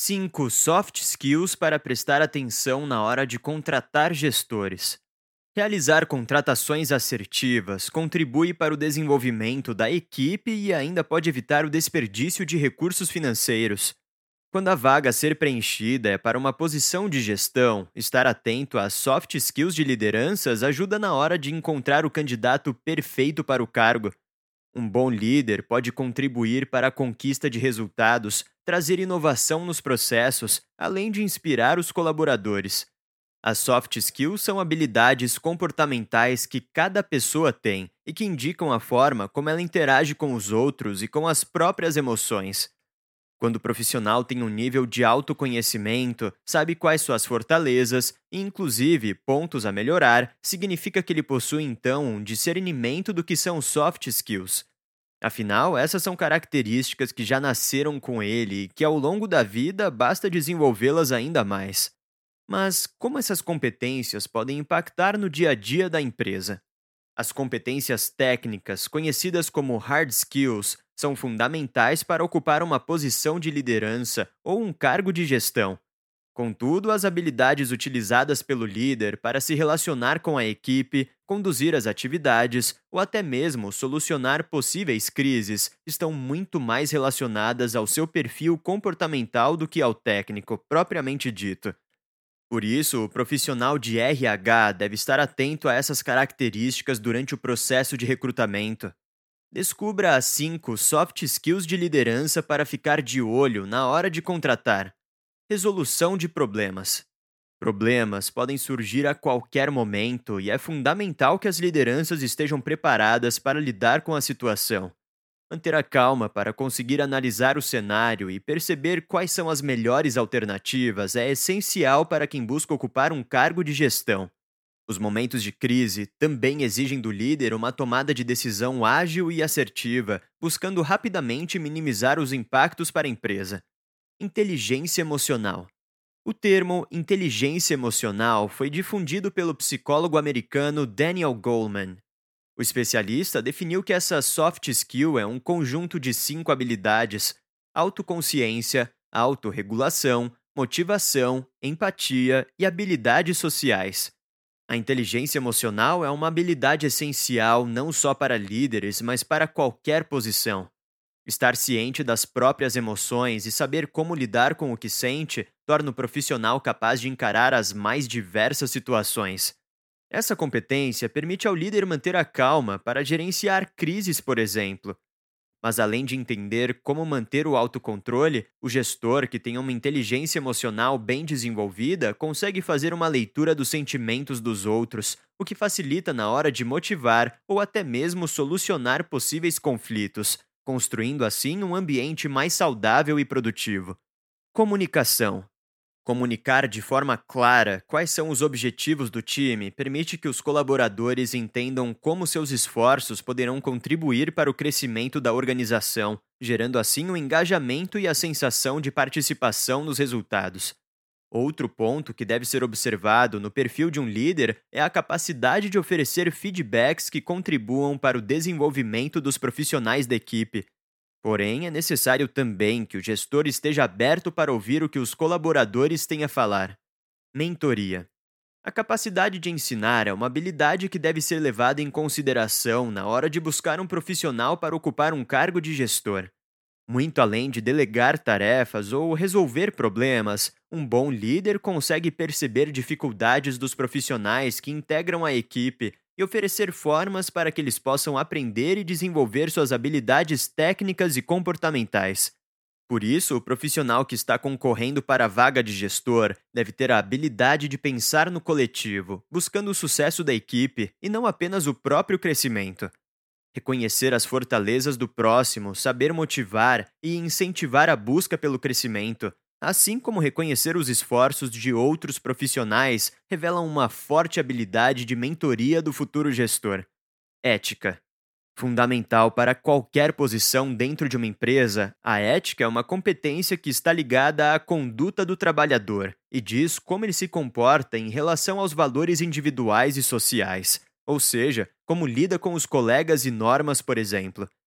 5 soft skills para prestar atenção na hora de contratar gestores. Realizar contratações assertivas contribui para o desenvolvimento da equipe e ainda pode evitar o desperdício de recursos financeiros. Quando a vaga a ser preenchida é para uma posição de gestão, estar atento às soft skills de lideranças ajuda na hora de encontrar o candidato perfeito para o cargo. Um bom líder pode contribuir para a conquista de resultados, trazer inovação nos processos, além de inspirar os colaboradores. As soft skills são habilidades comportamentais que cada pessoa tem e que indicam a forma como ela interage com os outros e com as próprias emoções. Quando o profissional tem um nível de autoconhecimento, sabe quais suas fortalezas e, inclusive, pontos a melhorar, significa que ele possui então um discernimento do que são soft skills. Afinal, essas são características que já nasceram com ele e que, ao longo da vida, basta desenvolvê-las ainda mais. Mas como essas competências podem impactar no dia a dia da empresa? As competências técnicas, conhecidas como hard skills, são fundamentais para ocupar uma posição de liderança ou um cargo de gestão. Contudo, as habilidades utilizadas pelo líder para se relacionar com a equipe, conduzir as atividades ou até mesmo solucionar possíveis crises estão muito mais relacionadas ao seu perfil comportamental do que ao técnico propriamente dito. Por isso, o profissional de RH deve estar atento a essas características durante o processo de recrutamento. Descubra as 5 soft skills de liderança para ficar de olho na hora de contratar. Resolução de problemas. Problemas podem surgir a qualquer momento e é fundamental que as lideranças estejam preparadas para lidar com a situação. Manter a calma para conseguir analisar o cenário e perceber quais são as melhores alternativas é essencial para quem busca ocupar um cargo de gestão. Os momentos de crise também exigem do líder uma tomada de decisão ágil e assertiva, buscando rapidamente minimizar os impactos para a empresa. Inteligência emocional. O termo inteligência emocional foi difundido pelo psicólogo americano Daniel Goleman. O especialista definiu que essa soft skill é um conjunto de 5 habilidades: autoconsciência, autorregulação, motivação, empatia e habilidades sociais. A inteligência emocional é uma habilidade essencial não só para líderes, mas para qualquer posição. Estar ciente das próprias emoções e saber como lidar com o que sente torna o profissional capaz de encarar as mais diversas situações. Essa competência permite ao líder manter a calma para gerenciar crises, por exemplo. Mas além de entender como manter o autocontrole, o gestor que tem uma inteligência emocional bem desenvolvida consegue fazer uma leitura dos sentimentos dos outros, o que facilita na hora de motivar ou até mesmo solucionar possíveis conflitos, construindo assim um ambiente mais saudável e produtivo. Comunicação. Comunicar de forma clara quais são os objetivos do time permite que os colaboradores entendam como seus esforços poderão contribuir para o crescimento da organização, gerando assim o engajamento e a sensação de participação nos resultados. Outro ponto que deve ser observado no perfil de um líder é a capacidade de oferecer feedbacks que contribuam para o desenvolvimento dos profissionais da equipe. Porém, é necessário também que o gestor esteja aberto para ouvir o que os colaboradores têm a falar. Mentoria. A capacidade de ensinar é uma habilidade que deve ser levada em consideração na hora de buscar um profissional para ocupar um cargo de gestor. Muito além de delegar tarefas ou resolver problemas, um bom líder consegue perceber dificuldades dos profissionais que integram a equipe e oferecer formas para que eles possam aprender e desenvolver suas habilidades técnicas e comportamentais. Por isso, o profissional que está concorrendo para a vaga de gestor deve ter a habilidade de pensar no coletivo, buscando o sucesso da equipe e não apenas o próprio crescimento. Reconhecer as fortalezas do próximo, saber motivar e incentivar a busca pelo crescimento, assim como reconhecer os esforços de outros profissionais, revelam uma forte habilidade de mentoria do futuro gestor. Ética. Fundamental para qualquer posição dentro de uma empresa, a ética é uma competência que está ligada à conduta do trabalhador e diz como ele se comporta em relação aos valores individuais e sociais, ou seja, como lida com os colegas e normas, por exemplo.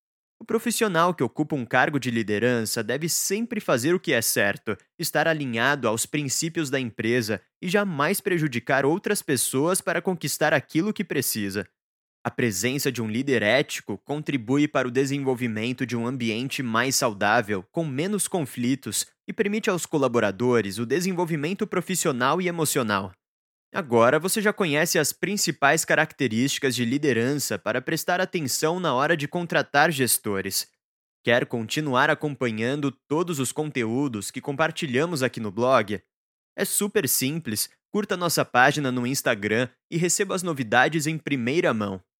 O profissional que ocupa um cargo de liderança deve sempre fazer o que é certo, estar alinhado aos princípios da empresa e jamais prejudicar outras pessoas para conquistar aquilo que precisa. A presença de um líder ético contribui para o desenvolvimento de um ambiente mais saudável, com menos conflitos, e permite aos colaboradores o desenvolvimento profissional e emocional. Agora você já conhece as principais características de liderança para prestar atenção na hora de contratar gestores. Quer continuar acompanhando todos os conteúdos que compartilhamos aqui no blog? É super simples, curta nossa página no Instagram e receba as novidades em primeira mão.